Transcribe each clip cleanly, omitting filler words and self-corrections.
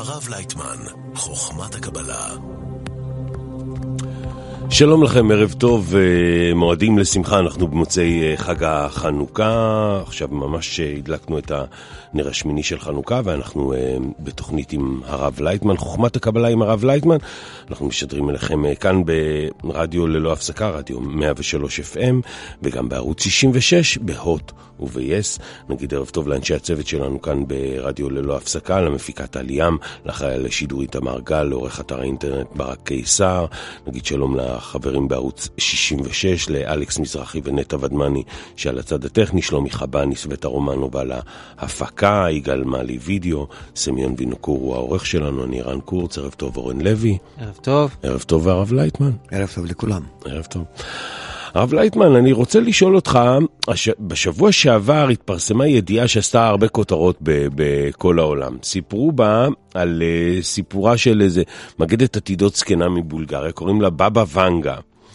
הרב לייטמן, חוכמת הקבלה. שלום לכם, ערב טוב, מועדים לשמחה, אנחנו במוצאי חג החנוכה, עכשיו ממש הדלקנו את הנר השמיני של חנוכה, ואנחנו בתוכנית עם הרב לייטמן, חוכמת הקבלה עם הרב לייטמן, אנחנו משדרים אליכם כאן ברדיו ללא הפסקה, רדיו 103 FM, וגם בערוץ 66, בהוט וביס. נגיד ערב טוב לאנשי הצוות שלנו כאן ברדיו ללא הפסקה, למפיקת עליям, לאחראי לשידורית המרגל, לעורך אתר האינטרנט ברק קיסר, נגיד שלום לחברים בערוץ 66, לאלכס מזרחי ונטע ודמני שעל הצד הטכני, שלומי חבניס ואת הרומנו ועל ההפקה, יגאל מעלי וידאו, סמיון וינוקור הוא העורך שלנו, אני רן קורץ, ערב טוב אורן לוי. ערב טוב. ערב טוב והרב לייטמן. ערב טוב לכולם. ערב טוב. הרב לייטמן, אני רוצה לשאול אותך, בשבוע שעבר התפרסמה ידיעה שעשתה הרבה כותרות בכל העולם. סיפרו בה על סיפורה של איזה מגדת עתידות זקנה מבולגריה, קוראים לה בבא ונגה,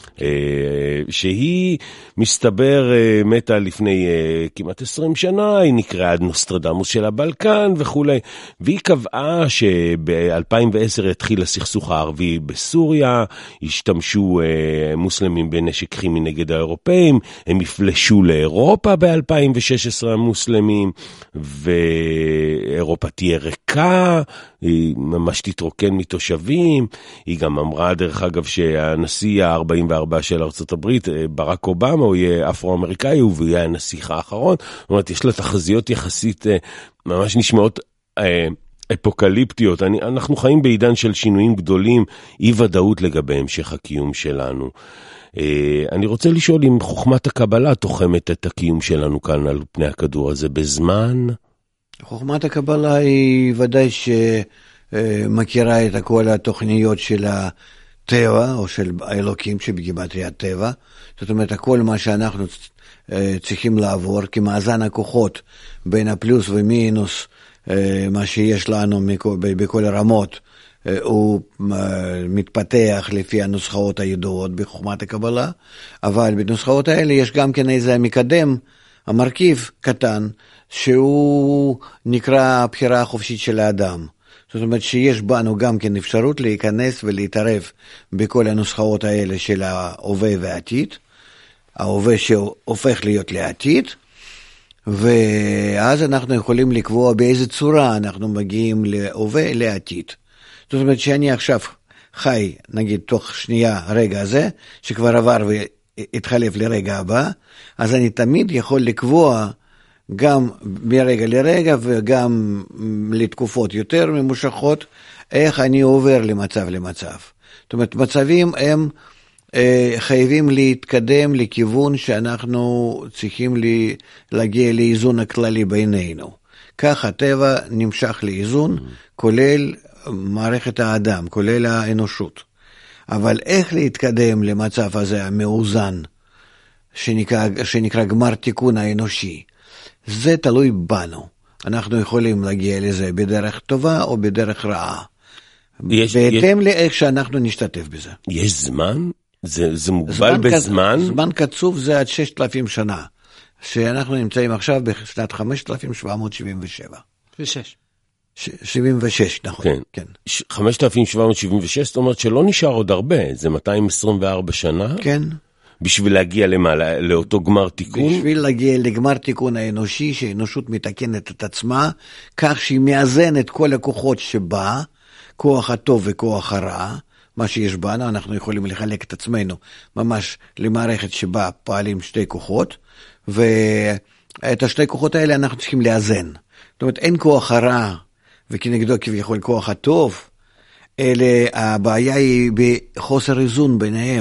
שהיא מסתבר מתה לפני כמעט 20 שנה, היא נקראה נוסטרדמוס של הבלקן וכו'. והיא קבעה שב-2010 התחיל הסכסוך הערבי בסוריה, השתמשו מוסלמים בנשק כימי נגד האירופאים, הם יפלשו לאירופה ב-2016 המוסלמים, ואירופה תהיה ריקה, היא ממש תתרוקן מתושבים. היא גם אמרה דרך אגב שהנשיא ה-44 של ארצות הברית, ברק אובמה, הוא יהיה אפרו-אמריקאי, הוא יהיה הנסיך האחרון. זאת אומרת, יש לה תחזיות יחסית ממש נשמעות אפוקליפטיות. אנחנו חיים בעידן של שינויים גדולים, אי ודאות לגבי המשך הקיום שלנו. אני רוצה לשאול אם חוכמת הקבלה תוחמת את הקיום שלנו כאן על פני הכדור הזה בזמן? חוכמת הקבלה היא ודאי שמכירה את כל התוכניות של הטבע, או של האלוקים שבגימטריה הטבע. זאת אומרת, הכל מה שאנחנו צריכים לעבור, כמאזן הכוחות בין הפלוס ומינוס, מה שיש לנו בכל הרמות, הוא מתפתח לפי הנוסחאות הידועות בחוכמת הקבלה, אבל בנוסחאות האלה יש גם כן איזה מקדם, המרכיב קטן, שהוא נקרא הבחירה החופשית של האדם. זאת אומרת שיש בנו גם כן אפשרות להיכנס ולהתערב בכל הנוסחאות האלה של ההווה והעתיד, ההווה שהופך להיות לעתיד, ואז אנחנו יכולים לקבוע באיזה צורה אנחנו מגיעים להווה לעתיד. זאת אומרת שאני עכשיו חי, נגיד תוך שנייה רגע הזה, שכבר עבר והתחלף לרגע הבא, אז אני תמיד יכול לקבוע גם מרגע לרגע וגם לתקופות יותר ממושכות, איך אני עובר למצב למצב. זאת אומרת, מצבים הם חייבים להתקדם לכיוון שאנחנו צריכים להגיע לאיזון הכללי בינינו. כך הטבע נמשך לאיזון, כולל מערכת האדם, כולל האנושות. אבל איך להתקדם למצב הזה המאוזן, שנקרא גמר תיקון האנושי, זה תלוי בנו. אנחנו יכולים להגיע לזה בדרך טובה או בדרך רעה. בהתאם לאיך שאנחנו נשתתף בזה. יש זמן? זה מוגבל בזמן? זמן קצוב זה עד 6,000 שנה. שאנחנו נמצאים עכשיו בשנת 5,777. 76, נכון. כן. כן. 5,776, זאת אומרת שלא נשאר עוד הרבה, זה 224 שנה. כן. בשביל להגיע לאותו גמר תיקון? בשביל להגיע לגמר תיקון האנושי, שהאנושות מתקנת את עצמה, כך שהיא מאזנת כל הכוחות שבה, כוח הטוב וכוח הרע, מה שיש בנו, אנחנו יכולים לחלק את עצמנו ממש למערכת שבה פועלים שתי כוחות, ואת השתי כוחות האלה אנחנו צריכים לאזן. זאת אומרת, אין כוח הרע, וכנגדו כביכול כוח הטוב, אלא הבעיה היא בחוסר איזון ביניהם.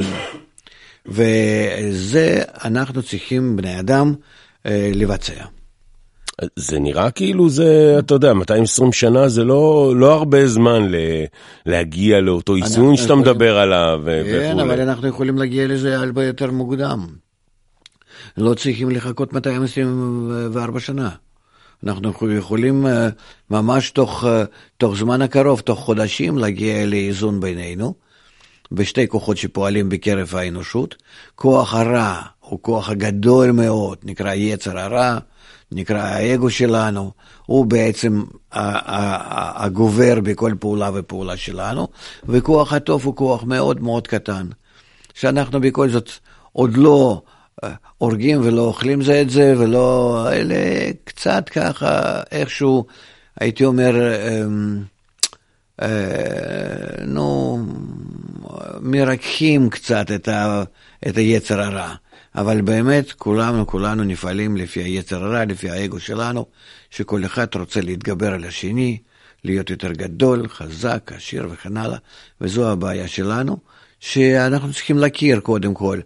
וזה אנחנו צריכים בני אדם לבצע. זה נראה כאילו זה, אתה יודע, 220 שנה זה לא הרבה זמן להגיע לאותו איזון שאתה מדבר עליו. כן, אבל אנחנו יכולים להגיע לזה הרבה יותר מוקדם. לא צריכים לחכות 224 שנה. אנחנו יכולים ממש תוך זמן הקרוב, תוך חודשים, להגיע לאיזון בינינו, בשתי כוחות שפועלים בקרב האנושות. כוח הרע הוא כוח הגדול מאוד, נקרא יצר הרע, נקרא האגו שלנו, הוא בעצם הגובר בכל פעולה ופעולה שלנו, וכוח הטוב הוא כוח מאוד מאוד קטן, שאנחנו בכל זאת עוד לא הורגים ולא אוכלים זה את זה, ולא, אלה קצת ככה, איכשהו, הייתי אומר, מרקחים קצת את היצר הרע. אבל באמת כולנו נפעלים לפי היצר הרע, לפי האגו שלנו, שכל אחד רוצה להתגבר על השני, להיות יותר גדול, חזק, עשיר וכן הלאה, וזו הבעיה שלנו, שאנחנו צריכים להכיר קודם כל,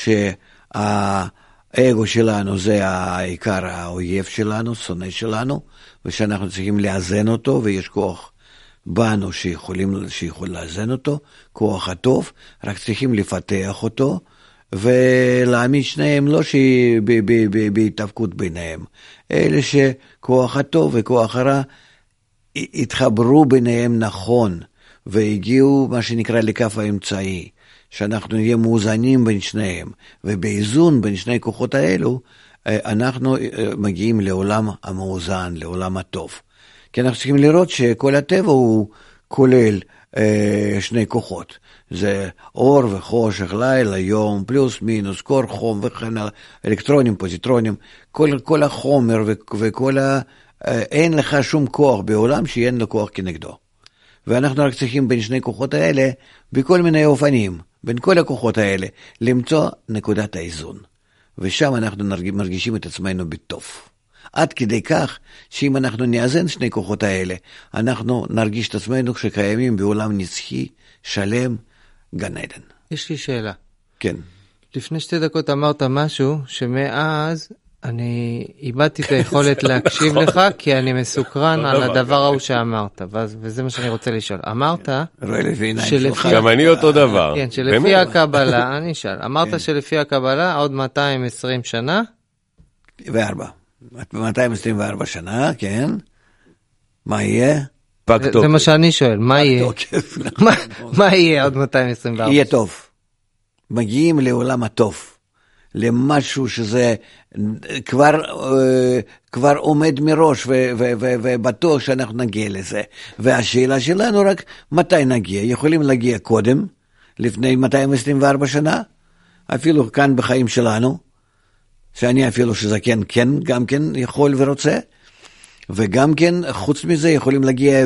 שהאגו שלנו זה העיקר האויב שלנו, שונא שלנו, ושאנחנו צריכים לאזן אותו, ויש כוח בנו שיכול לאזן אותו, כוח הטוב, רק צריכים לפתח אותו, ולהעמיד שניהם לא בהתאבקות ביניהם, אלה שכוח הטוב וכוח הרע התחברו ביניהם נכון, והגיעו מה שנקרא לקו האמצעי, שאנחנו נהיה מאוזנים בין שניהם, ובאיזון בין שני כוחות האלו, אנחנו מגיעים לעולם המאוזן, לעולם הטוב. כי אנחנו צריכים לראות שכל הטבע הוא כולל שני כוחות. זה אור וחושך, לילה, יום, פלוס, מינוס, קור, חום וכן הלאה, אלקטרונים, פוזיטרונים, כל החומר וכל אין לך שום כוח בעולם שאין לו כוח כנגדו. ואנחנו רק צריכים בין שני כוחות האלה, בכל מיני אופנים, בין כל הכוחות האלה, למצוא נקודת האיזון. ושם אנחנו מרגישים את עצמנו בטוב. עד כדי כך שאם אנחנו נאזן שני כוחות האלה, אנחנו נרגיש את עצמנו שקיימים בעולם נצחי, שלם, גן עדן. יש לי שאלה. כן. לפני 2 דקות אמרת משהו שמאז אני איבדתי את היכולת להקשיב לך, כי אני מסוקרן על הדבר ההוא שאמרת, וזה מה שאני רוצה לשאול. אמרת גם אני אותו דבר. כן, שלפי הקבלה, אני אשאל, אמרת שלפי הקבלה עוד 220 שנה? 224 שנה, כן. מה יהיה? זה מה שאני שואל, מה יהיה? מה יהיה עוד 224? יהיה טוב. מגיעים לעולם הטוב. למשהו שזה כבר עומד מראש ובטוח שאנחנו נגיע לזה. והשאלה שלנו רק מתי נגיע. יכולים להגיע קודם, לפני 224 שנה, אפילו כאן בחיים שלנו, שאני אפילו שזקן כן, גם כן יכול ורוצה, וגם כן חוץ מזה יכולים להגיע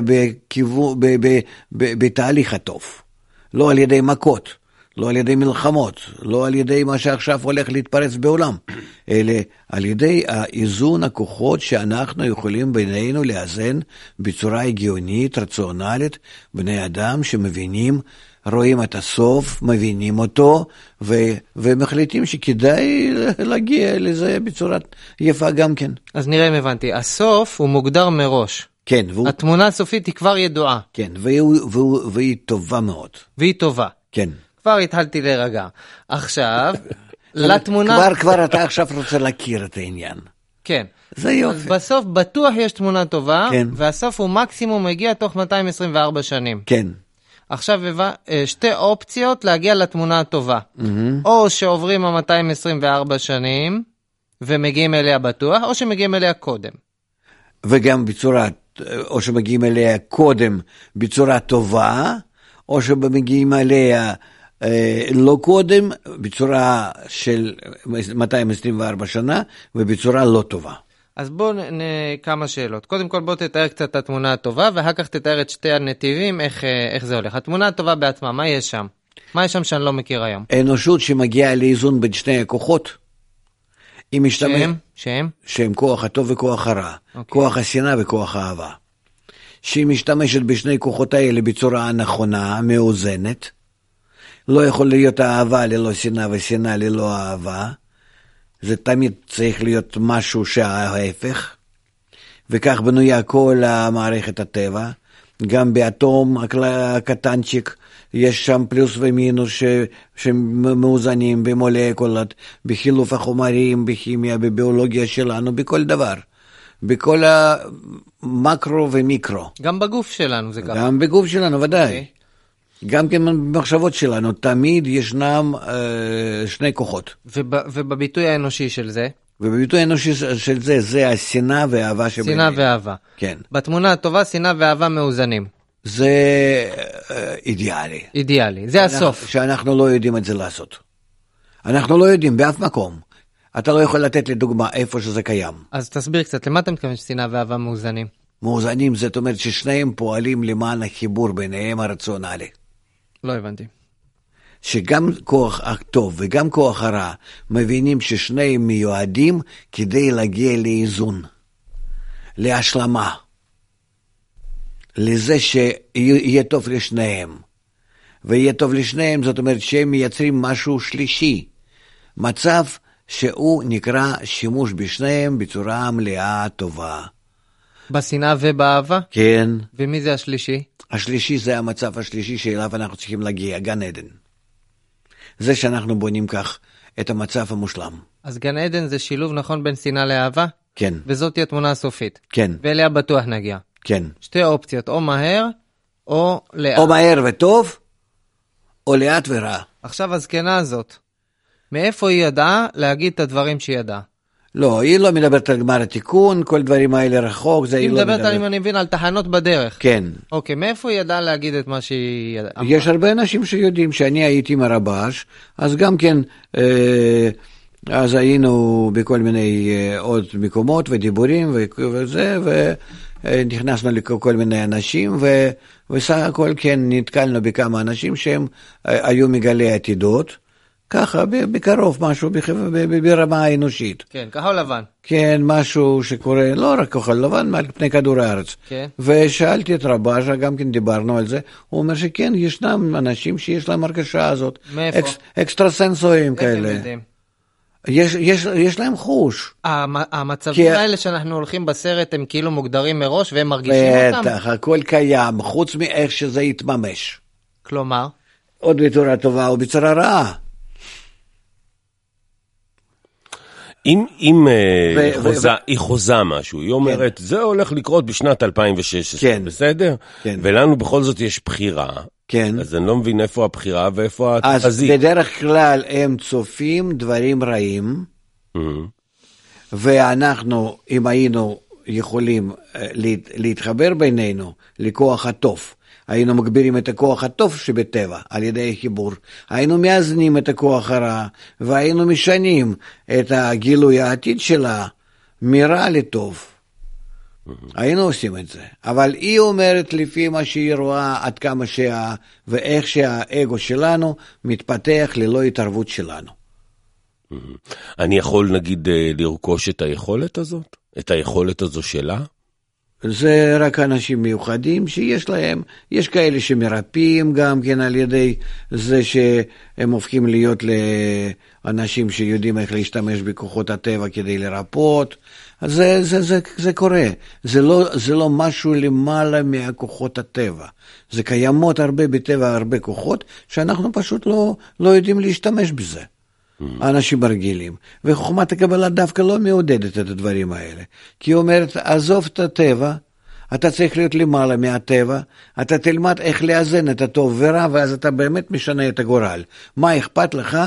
בתהליך הטוב. לא על ידי מכות. לא על ידי מלחמות, לא על ידי מה שעכשיו הולך להתפרץ בעולם, אלא על ידי האיזון הכוחות שאנחנו יכולים בינינו לאזן בצורה הגיונית, רציונלית, בני אדם שמבינים, רואים את הסוף, מבינים אותו, ומחליטים שכדאי להגיע לזה בצורה יפה גם כן. אז נראה אם הבנתי, הסוף הוא מוגדר מראש. כן. התמונה הסופית היא כבר ידועה. כן, והיא טובה מאוד. והיא טובה. כן. כבר התחלתי להירגע. עכשיו, לתמונה... כבר אתה עכשיו רוצה להכיר את העניין. כן. זה יופי. אז בסוף בטוח יש תמונה טובה, כן. והסוף הוא מקסימום מגיע תוך 224 שנים. כן. עכשיו 2 אופציות להגיע לתמונה הטובה. או שעוברים 224 שנים, ומגיעים אליה בטוח, או שמגיעים אליה קודם. וגם בצורה, או שמגיעים אליה קודם בצורה טובה, או שמגיעים אליה לא קודם, בצורה של 224 שנה, ובצורה לא טובה. אז בואו כמה שאלות. קודם כל בוא תתאר קצת את התמונה הטובה, ואחר כך תתאר את 2 הנתיבים, איך זה הולך. התמונה הטובה בעצמה, מה יש שם? מה יש שם שאני לא מכיר היום? אנושות שמגיעה לאיזון בין שני הכוחות. שהם כוח הטוב וכוח הרע. כוח השנאה וכוח האהבה. שהיא משתמשת בשני כוחות האלה בצורה הנכונה, מאוזנת. לא יכול להיות אהבה ללא שנאה ושנאה ללא אהבה. זה תמיד צריך להיות משהו שההפך. וכך בנויה כל המערכת הטבע. גם באטום הקטנצ'יק יש שם פלוס ומינוס שמאוזנים במולקולות, בחילוף החומרים, בכימיה, בביולוגיה שלנו, בכל דבר. בכל המקרו ומיקרו. גם בגוף שלנו זה ככה. גם בגוף שלנו, ודאי. גם כן במחשבות שלנו, תמיד ישנם שני כוחות. ובביטוי האנושי של זה? ובביטוי האנושי של זה, זה השנאה והאהבה שבינינו. שנאה ואהבה. כן. בתמונה הטובה, שנאה ואהבה מאוזנים. זה אידיאלי. אידיאלי, זה הסוף. שאנחנו לא יודעים את זה לעשות. אנחנו לא יודעים באף מקום. אתה לא יכול לתת לי דוגמה איפה שזה קיים. אז תסביר קצת, למה אתה מתכוון שנאה ואהבה מאוזנים? מאוזנים, זאת אומרת ששניהם פועלים למען החיבור ביניהם הרציונלי. לא הבנתי. שגם כוח הטוב וגם כוח הרע מבינים ששניהם מיועדים כדי להגיע לאיזון, להשלמה, לזה שיהיה טוב לשניהם. ויהיה טוב לשניהם, זאת אומרת שהם מייצרים משהו שלישי, מצב שהוא נקרא שימוש בשניהם בצורה מלאה טובה. בשנאה ובאהבה? כן. ומי זה השלישי? השלישי זה המצב השלישי שאליו אנחנו צריכים להגיע, גן עדן. זה שאנחנו בונים כך את המצב המושלם. אז גן עדן זה שילוב נכון בין שנאה לאהבה? כן. וזאת תהיה תמונה הסופית? כן. ואליה בטוח נגיע? כן. שתי אופציות, או מהר או לאט. או מהר וטוב, או לאט ורע. עכשיו הזקנה הזאת, מאיפה היא ידעה להגיד את הדברים שהיא ידעה? לא, היא לא מדברת על גמר התיקון, כל דברים האלה רחוק, זה היא היא לא מדברת, אם אני מבין, על תחנות בדרך. כן. אוקיי, מאיפה היא ידעה להגיד את מה שהיא ידעה? יש הרבה אנשים שיודעים שאני הייתי מרבש, אז גם כן, אז היינו בכל מיני עוד מקומות ודיבורים וזה, ונכנסנו לכל מיני אנשים, וסך הכל כן נתקלנו בכמה אנשים שהם היו מגלי עתידות, ככה, בקרוב משהו, ברמה האנושית. כן, כחול לבן. כן, משהו שקורה, לא רק כחול לבן, על פני כדור הארץ. כן. ושאלתי את רבשה, גם כן דיברנו על זה, הוא אומר שכן, ישנם אנשים שיש להם הרגשה הזאת. מאיפה? אקסטרסנסורים כאלה. איך הם יש להם חוש. המצבים האלה שאנחנו הולכים בסרט, הם כאילו מוגדרים מראש, והם מרגישים אותם? בטח, הכל קיים, חוץ מאיך שזה יתממש. כלומר? עוד בצורה טובה או בצורה רעה. אם היא חוזה משהו, היא אומרת, זה הולך לקרות בשנת 2016, בסדר? ולנו בכל זאת יש בחירה, אז אני לא מבין איפה הבחירה ואיפה התחזית. אז בדרך כלל הם צופים דברים רעים, ואנחנו, אם היינו יכולים להתחבר בינינו לכוח הטוב, היינו מגבירים את הכוח הטוב שבטבע על ידי החיבור, היינו מאזנים את הכוח הרע, והיינו משנים את הגילוי העתיד שלה מרע לטוב. היינו עושים את זה. אבל היא אומרת לפי מה שהיא רואה עד כמה ואיך שהאגו שלנו מתפתח ללא התערבות שלנו. אני יכול נגיד לרכוש את היכולת הזאת? את היכולת הזו שלה? זה רק אנשים מיוחדים שיש להם, יש כאלה שמרפאים גם כן על ידי זה שהם הופכים להיות לאנשים שיודעים איך להשתמש בכוחות הטבע כדי לרפות, אז זה קורה, זה לא משהו למעלה מהכוחות הטבע, זה קיימות הרבה בטבע, הרבה כוחות שאנחנו פשוט לא יודעים להשתמש בזה. האנשים הרגילים, וחוכמת הקבלה דווקא לא מעודדת את הדברים האלה, כי היא אומרת, עזוב את הטבע, אתה צריך להיות למעלה מהטבע, אתה תלמד איך לאזן את הטוב ורע, ואז אתה באמת משנה את הגורל. מה אכפת לך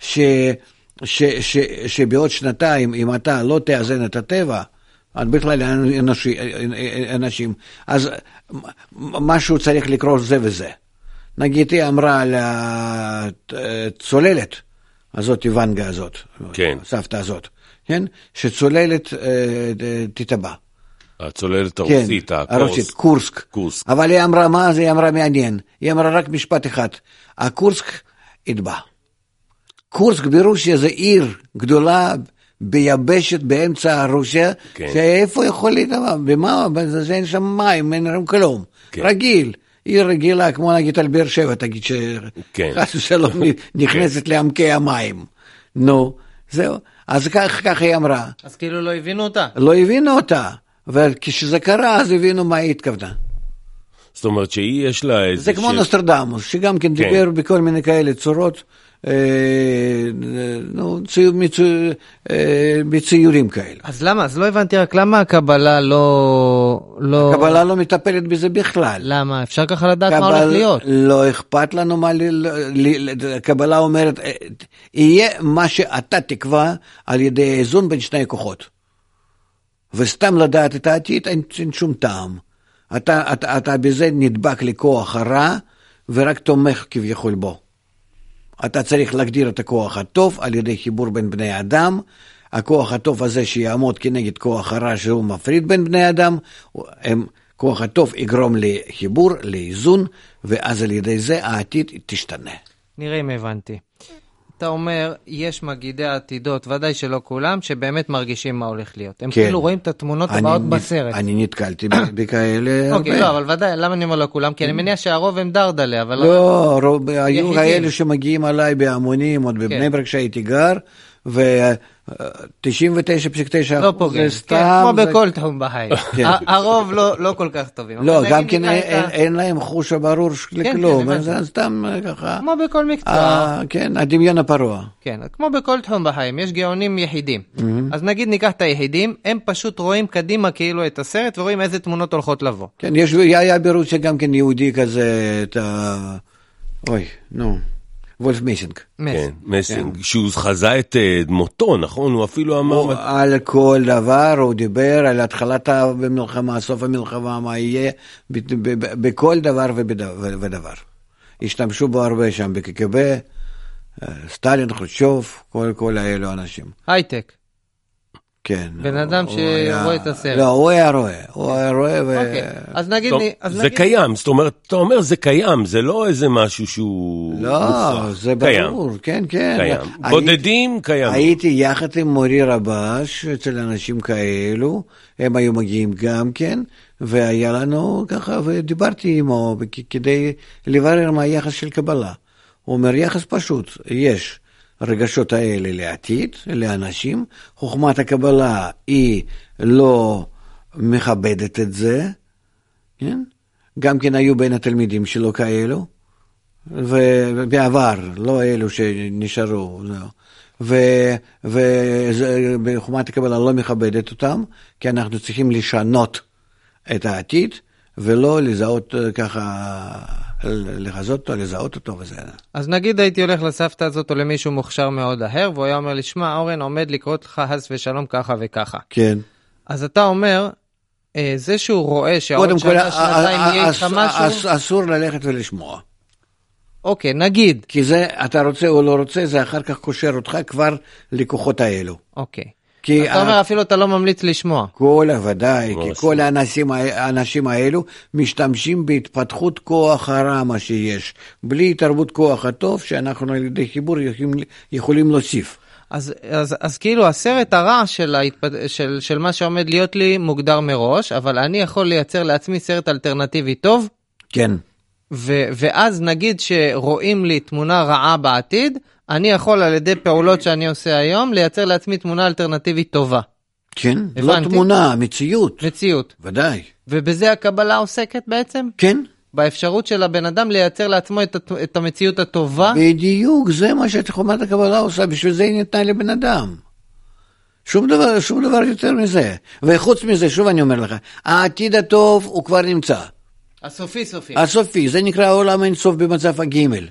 שבעוד שנתיים, אם אתה לא תאזן את הטבע, בכלל אנשים, אז משהו צריך לקרוא זה וזה. נגיד, היא אמרה על הצוללת, הזאת, ונגה הזאת, כן. סבתא הזאת, כן? שצוללת תטבע. הצוללת הרוסית, כן, הרוסית, קורסק. אבל היא אמרה, מה זה? היא אמרה מעניין. היא אמרה רק משפט אחד. הקורסק התבע. קורסק ברוסיה זה עיר גדולה ביבשת באמצע רוסיה, כן. שאיפה יכול להתבע? במה? זה אין שם מים, אין כלום. כן. רגיל. היא רגילה, כמו נגיד על באר שבע, תגיד שחס ושלום נכנסת לעמקי המים. נו, זהו. אז כך היא אמרה. אז כאילו לא הבינו אותה? לא הבינו אותה, וכשזה קרה, אז הבינו מה היא התכוונה. זאת אומרת שהיא יש לה איזה... זה כמו נוסטרדמוס, שגם כן דיבר בכל מיני כאלה צורות, בציורים כאלה. אז למה? אז לא הבנתי רק למה הקבלה לא... הקבלה לא מטפלת בזה בכלל. למה? אפשר ככה לדעת מה הולך להיות. לא אכפת לנו מה... הקבלה אומרת, יהיה מה שאתה תקבע על ידי איזון בין שני כוחות. וסתם לדעת את העתיד, אין שום טעם. אתה בזה נדבק לכוח הרע, ורק תומך כביכול בו. אתה צריך להגדיר את הכוח הטוב על ידי חיבור בין בני אדם, הכוח הטוב הזה שיעמוד כנגד כוח הרע שהוא מפריד בין בני אדם, כוח הטוב יגרום לחיבור, לאיזון, ואז על ידי זה העתיד תשתנה. נראה אם הבנתי. אתה אומר, יש מגידי העתידות, ודאי שלא כולם, שבאמת מרגישים מה הולך להיות. הם כאילו רואים את התמונות הבאות בסרט. אני נתקלתי בכאלה. אוקיי, לא, אבל ודאי, למה אני אומר לא כולם? כי אני מניח שהרוב הם דרדלה, אבל... לא, היו כאלה שמגיעים עליי בהמונים, עוד בבני ברק שהייתי גר, ו-99.9% לא פוגע, כמו בכל תחום בחיים. הרוב לא כל כך טובים. לא, גם כן אין להם חוש הברור לכלום, זה סתם ככה. כמו בכל מקצוע. כן, הדמיון הפרוע. כן, כמו בכל תחום בחיים, יש גאונים יחידים. אז נגיד ניקח את היחידים, הם פשוט רואים קדימה כאילו את הסרט, ורואים איזה תמונות הולכות לבוא. כן, היה ברוסיה גם כן יהודי כזה, את ה... אוי, נו. וולף מסינג. כן, מסינג, שהוא חזה את מותו, נכון? הוא אפילו אמר... על כל דבר, הוא דיבר על התחלת המלחמה, סוף המלחמה, מה יהיה, בכל דבר ודבר. השתמשו בו הרבה שם, בקק"ב, סטלין, חרושצ'וב, כל האלו אנשים. הייטק. כן. בן אדם שרואה את הסרט. לא, הוא היה רואה אוקיי, אז נגיד... זה קיים, זאת אומרת, אתה אומר זה קיים, זה לא איזה משהו שהוא... לא, זה ברור, כן, כן. קיים. בודדים קיים. הייתי יחד עם מורי רבש, אצל אנשים כאלו, הם היו מגיעים גם כן, והיה לנו ככה, ודיברתי עמו, כדי לברר מה היחס של קבלה. הוא אומר, יחס פשוט, יש. הרגשות האלה לעתיד, לאנשים, חוכמת הקבלה היא לא מכבדת את זה, כן? גם כן היו בין התלמידים שלו כאלו, ובעבר, לא אלו שנשארו, וחוכמת הקבלה לא מכבדת אותם, כי אנחנו צריכים לשנות את העתיד, ולא לזהות ככה... לחזות אותו, לזהות אותו וזה. אז נגיד הייתי הולך לסבתא הזאת או למישהו מוכשר מאוד אחר, והוא היה אומר לי, שמע, אורן עומד לקרות לך חס ושלום ככה וככה. כן. אז אתה אומר, זה שהוא רואה שעוד שנה, שנתיים יהיה איתך משהו... אסור ללכת ולשמוע. אוקיי, נגיד. כי זה, אתה רוצה או לא רוצה, זה אחר כך קושר אותך כבר לכוחות האלו. אוקיי. אתה אומר אפילו אתה לא ממליץ לשמוע. ודאי, כי כל האנשים האלו משתמשים בהתפתחות כוח הרע מה שיש, בלי התערבות כוח הטוב שאנחנו על ידי חיבור יכולים להוסיף. אז כאילו הסרט הרע של מה שעומד להיות לי מוגדר מראש, אבל אני יכול לייצר לעצמי סרט אלטרנטיבי טוב? כן. ואז נגיד שרואים לי תמונה רעה בעתיד, אני יכול על ידי פעולות שאני עושה היום, לייצר לעצמי תמונה אלטרנטיבית טובה. כן, לא תמונה, מציאות. מציאות. ודאי. ובזה הקבלה עוסקת בעצם? כן. באפשרות של הבן אדם לייצר לעצמו את המציאות הטובה? בדיוק, זה מה שחוכמת הקבלה עושה, בשביל זה היא ניתנה לבן אדם. שום דבר יותר מזה. וחוץ מזה, שוב אני אומר לך, העתיד הטוב הוא כבר נמצא. הסופי, זה נקרא העולם אינסוף במצב הגימל.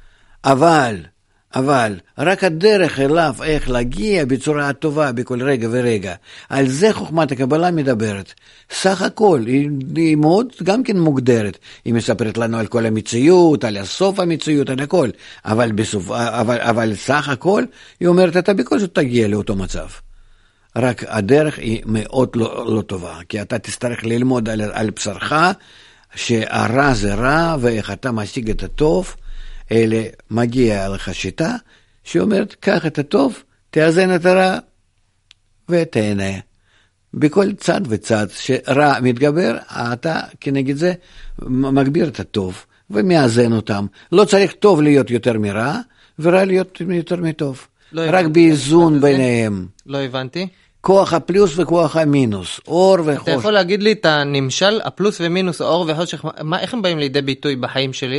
אבל רק הדרך אליו, איך להגיע בצורה טובה בכל רגע ורגע, על זה חוכמת הקבלה מדברת. סך הכל, היא מאוד גם כן מוגדרת. היא מספרת לנו על כל המציאות, על הסוף המציאות, על הכל. אבל סך הכל, היא אומרת, אתה בכל זאת תגיע לאותו מצב. רק הדרך היא מאוד לא טובה, כי אתה תצטרך ללמוד על בשרך, שהרע זה רע, ואיך אתה משיג את הטוב, אלה מגיע לך שיטה, שאומרת, קח את הטוב, תאזן את הרע, ותהנה. בכל צד וצד שרע מתגבר, אתה כנגד זה מגביר את הטוב, ומאזן אותם. לא צריך טוב להיות יותר מרע, ורע להיות יותר מטוב. רק באיזון ביניהם. לא הבנתי. כוח הפלוס וכוח המינוס, אור וחושך. אתה יכול להגיד לי את הנמשל, הפלוס ומינוס, אור וחושך, איך הם באים לידי ביטוי בחיים שלי?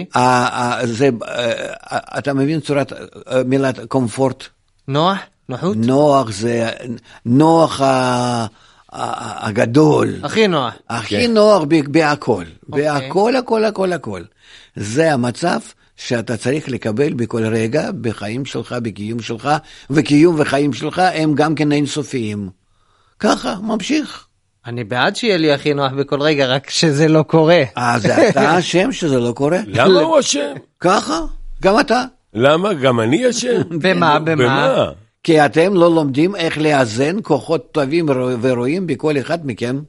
אתה מבין צורת מילת קומפורט? נוח? נוחות? נוח זה נוח הגדול. הכי נוח. הכי נוח בהכל. בהכל, הכל, הכל, הכל. זה המצב שאתה צריך לקבל בכל רגע, בחיים שלך, בקיום שלך, וקיום וחיים שלך הם גם כן אינסופיים. ככה, ממשיך. אני בעד שיהיה לי הכי נוח בכל רגע, רק שזה לא קורה. זה אתה אשם שזה לא קורה? למה הוא אשם? ככה, גם אתה. למה? גם אני אשם? במה? כי אתם לא לומדים איך לאזן כוחות טובים ורואים בכל אחד מכם.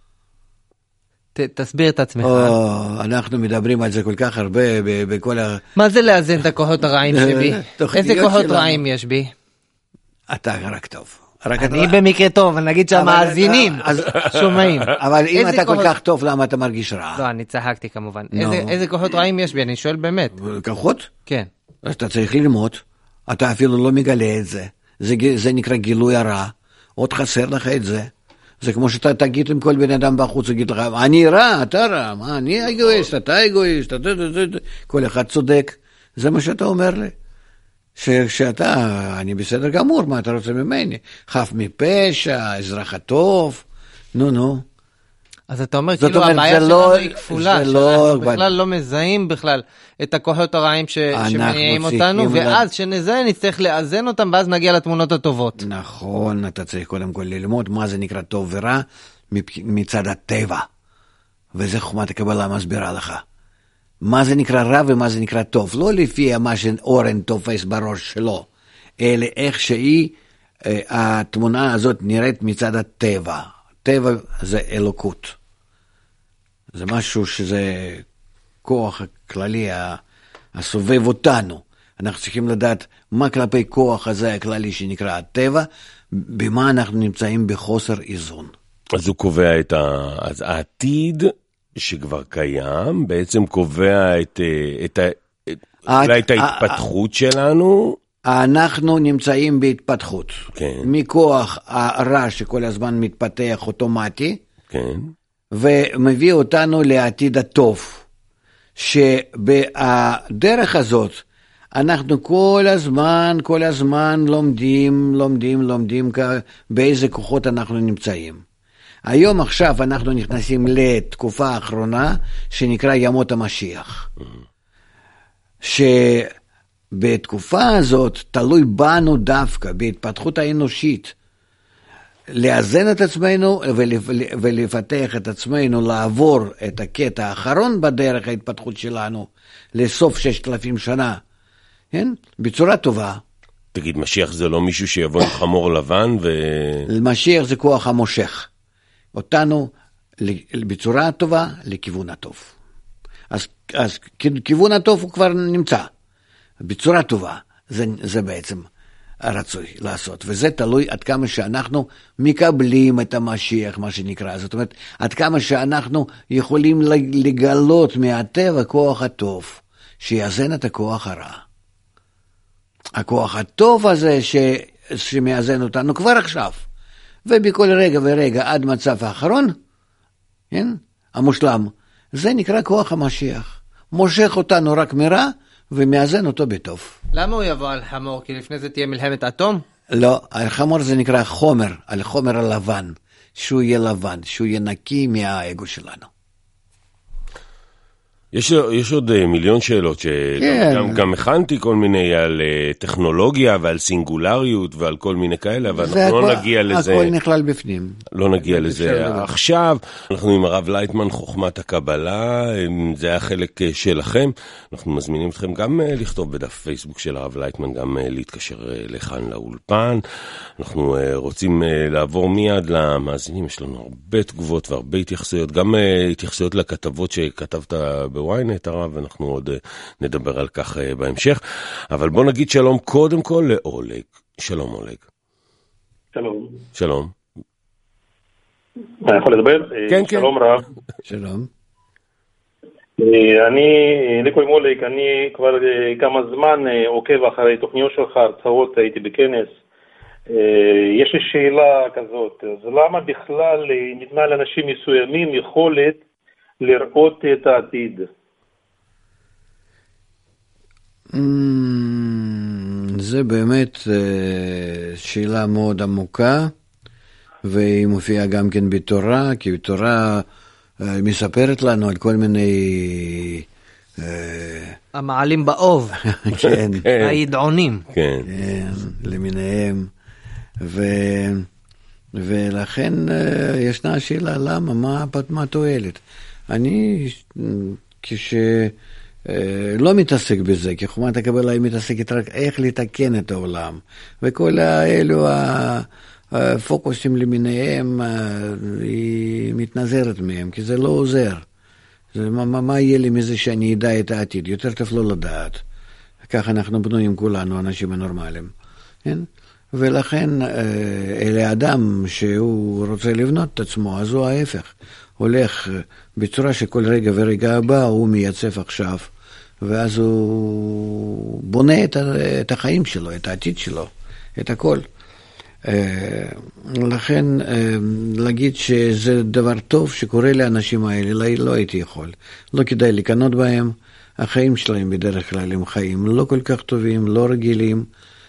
תסביר את עצמך. אנחנו מדברים על זה כל כך הרבה בכל מה זה לאזן את הכוחות הרעים שבי? איזה כוחות רעים יש בי? אתה רק טוב. אני במקרה טוב, נגיד שהמאזינים שומעים. אבל אם אתה כל כך טוב, למה אתה מרגיש רע? לא, אני צחקתי כמובן. איזה כוחות רעים יש בי? אני שואל באמת. כוחות? כן. אז אתה צריך ללמוד. אתה אפילו לא מגלה את זה. זה נקרא גילוי הרע. עוד חסר לך את זה. זה כמו שאתה תגיד עם כל בן אדם בחוץ, יגיד לך, אני רע, אתה רע, אני אגואיסט, אתה אגואיסט, כל אחד צודק. זה מה שאתה אומר לי. שאתה, אני בסדר גמור, מה אתה רוצה ממני? חף מפשע, אזרח הטוב, נו. אז אתה אומר, כאילו הבעיה שלנו היא כפולה, שאנחנו בכלל לא מזהים בכלל את הכוחות הרעים שמניעים אותנו, ואז שנזהה נצטרך לאזן אותם, ואז נגיע לתמונות הטובות. נכון, אתה צריך קודם כל ללמוד מה זה נקרא טוב ורע מצד הטבע, וזה חוכמת הקבלה מסבירה לך. מה זה נקרא רע ומה זה נקרא טוב, לא לפי מה שאורן תופס בראש שלו, אלא איך שהיא, התמונה הזאת נראית מצד הטבע. טבע זה אלוקות. זה משהו שזה כוח הכללי הסובב אותנו. אנחנו צריכים לדעת מה כלפי כוח הזה הכללי שנקרא הטבע, במה אנחנו נמצאים בחוסר איזון. אז הוא קובע אז העתיד שכבר קיים, בעצם קובע את ההתפתחות שלנו. אנחנו נמצאים בהתפתחות. כן. מכוח הרע שכל הזמן מתפתח אוטומטי. כן. ומביא אותנו לעתיד הטוב. שבדרך הזאת אנחנו כל הזמן לומדים באיזה כוחות אנחנו נמצאים. היום עכשיו אנחנו נכנסים לתקופה האחרונה שנקרא ימות המשיח. שבתקופה הזאת תלוי בנו דווקא, בהתפתחות האנושית, לאזן את עצמנו ולפתח את עצמנו, לעבור את הקטע האחרון בדרך ההתפתחות שלנו, לסוף 6,000 שנה, כן? בצורה טובה. תגיד, משיח זה לא מישהו שיבוא עם חמור לבן משיח זה כוח המושך. אותנו בצורה טובה לכיוון הטוב. אז כיוון הטוב הוא כבר נמצא. בצורה טובה. זה בעצם הרצוי לעשות. וזה תלוי עד כמה שאנחנו מקבלים את המשיח, מה שנקרא. זאת אומרת, עד כמה שאנחנו יכולים לגלות מהטבע כוח הטוב, שיאזן את הכוח הרע. הכוח הטוב הזה שמאזן אותנו כבר עכשיו. ובכל רגע ורגע עד מצב האחרון, כן? המושלם, זה נקרא כוח המשיח. מושך אותנו רק מרע ומאזן אותו בטוב. למה הוא יבוא על חמור? כי לפני זה תהיה מלחמת אטום? לא, החמור זה נקרא חומר, על חומר הלבן, שהוא יהיה לבן, שהוא יהיה נקי מהאגו שלנו. יש עוד מיליון שאלות שגם הכנתי כל מיני על טכנולוגיה ועל סינגולריות ועל כל מיני כאלה, אבל אנחנו לא נגיע לזה. הכל נכלל בפנים. לא נגיע לזה עכשיו. אנחנו עם הרב לייטמן, חוכמת הקבלה, זה היה חלק שלכם. אנחנו מזמינים אתכם גם לכתוב בדף פייסבוק של הרב לייטמן, גם להתקשר לכאן לאולפן. אנחנו רוצים לעבור מיד למאזינים, יש לנו הרבה תגובות והרבה התייחסויות, גם התייחסויות לכתבות שכתבת בוויינט הרב, ואנחנו עוד נדבר על כך בהמשך. אבל בוא נגיד שלום קודם כל לאולג. שלום אולג. שלום. שלום. אני יכול לדבר? כן, כן. שלום רב. שלום. לי קוראים אולג, אני כבר כמה זמן עוקב אחרי תוכניות שלך, הרצאות, הייתי בכנס, יש לי שאלה כזאת, אז למה בכלל ניתנה לאנשים מסוימים יכולת לראות את העתיד? זה באמת שאלה מאוד עמוקה, והיא מופיעה גם כן בתורה, כי בתורה מספרת לנו על כל מיני המעלים באוב, כן, הידעונים, כן, למיניהם, ולכן ישנה השאלה למה, מה התועלת. אני לא מתעסק בזה, כי חומת הקבלה היא מתעסקת רק איך לתקן את העולם, וכל האלו הפוקוסים למיניהם היא מתנזרת מהם, כי זה לא עוזר. מה יהיה לי מזה שאני אדע את העתיד? יותר טוב לא לדעת. כך אנחנו בנויים כולנו, אנשים הנורמליים. כן? ולכן לאדם שהוא רוצה לבנות את עצמו, אז הוא ההפך. הולך בצורה שכל רגע ורגע הבא הוא מייצב עכשיו, ואז הוא בונה את החיים שלו, את העתיד שלו, את הכל. לכן להגיד שזה דבר טוב שקורה לאנשים האלה, לא הייתי יכול. לא כדאי לקנות בהם, החיים שלהם בדרך כלל הם חיים לא כל כך טובים, לא רגילים,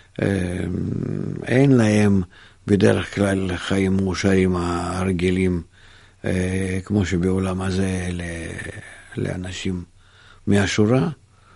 אין להם בדרך כלל חיים מאושרים הרגילים, כמו שבעולם הזה לאנשים מהשורה,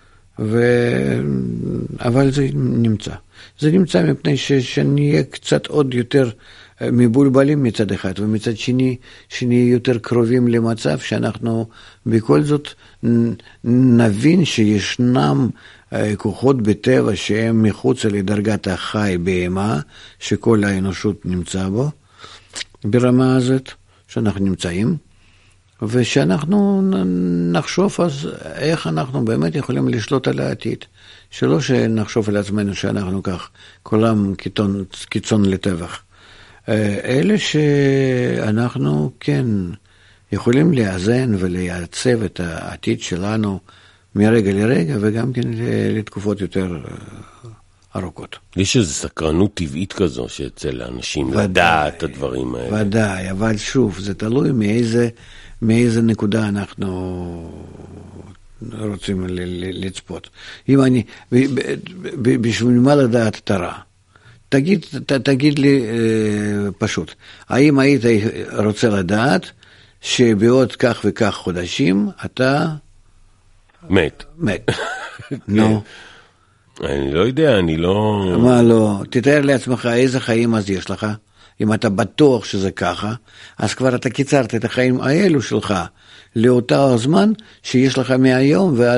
אבל זה נמצא. זה נמצא מפני שנהיה קצת עוד יותר מבולבלים מצד אחד, ומצד שני, שנהיה יותר קרובים למצב שאנחנו בכל זאת נבין שישנם כוחות בטבע שהם מחוץ לדרגת החי בהמה, שכל האנושות נמצא בו, ברמה הזאת שאנחנו נמצאים, ושאנחנו נחשוב אז איך אנחנו באמת יכולים לשלוט על העתיד. שלא שנחשוב על עצמנו שאנחנו כך כולם קיצון לטבח. אלה שאנחנו כן יכולים לאזן ולייצב את העתיד שלנו מרגע לרגע, וגם כן לתקופות יותר ארוכות. יש איזו סקרנות טבעית כזו שאצל האנשים לדעת את הדברים האלה. ודאי, אבל שוב, זה תלוי מאיזה נקודה אנחנו רוצים לצפות. אם אני, בשביל מה לדעת את הרע? תגיד לי פשוט, האם היית רוצה לדעת שבעוד כך וכך חודשים אתה מת? נו. אני לא יודע, אני לא... מה לא? תתאר לעצמך איזה חיים אז יש לך. אם אתה בטוח שזה ככה, אז כבר אתה קיצרת את החיים האלו שלך לאותו הזמן שיש לך מהיום ועד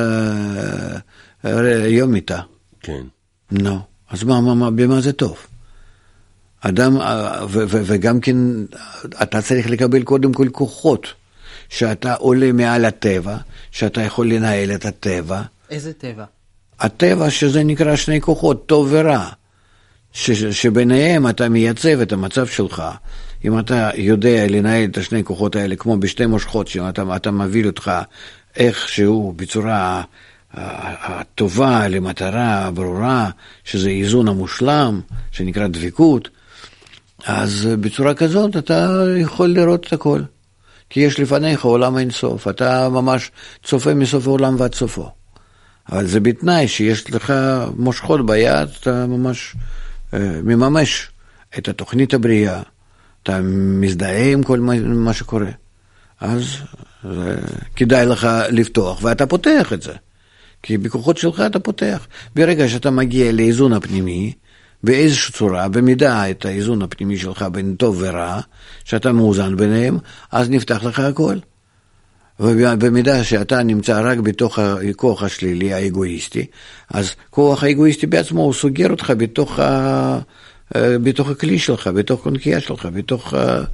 יום מיתה. כן. נו, אז במה זה טוב? אדם, וגם כן, אתה צריך לקבל קודם כל כוחות, שאתה עולה מעל הטבע, שאתה יכול לנהל את הטבע. איזה טבע? הטבע שזה נקרא שני כוחות, טוב ורע. שביניהם אתה מייצב את המצב שלך. אם אתה יודע לנהל את השני כוחות האלה כמו בשתי מושכות, שאתה מביא אותך איכשהו בצורה הטובה למטרה ברורה, שזה איזון המושלם, שנקרא דבקות, אז בצורה כזאת אתה יכול לראות את הכל. כי יש לפניך עולם אין סוף. אתה ממש צופה מסוף העולם ועד סופו. אבל זה בתנאי שיש לך מושכות ביד, אתה ממש מממש את התוכנית הבריאה, אתה מזדהה עם כל מה שקורה, אז כדאי לך לפתוח, ואתה פותח את זה, כי בכוחות שלך אתה פותח. ברגע שאתה מגיע לאיזון הפנימי, באיזושהי צורה, במידה את האיזון הפנימי שלך בין טוב ורע, שאתה מאוזן ביניהם, אז נפתח לך הכל. ובמידה שאתה נמצא רק בתוך הכוח השלילי, האגואיסטי, אז כוח האגואיסטי בעצמו הוא סוגר אותך בתוך הכלי שלך, בתוך קונקייה שלך, בתוך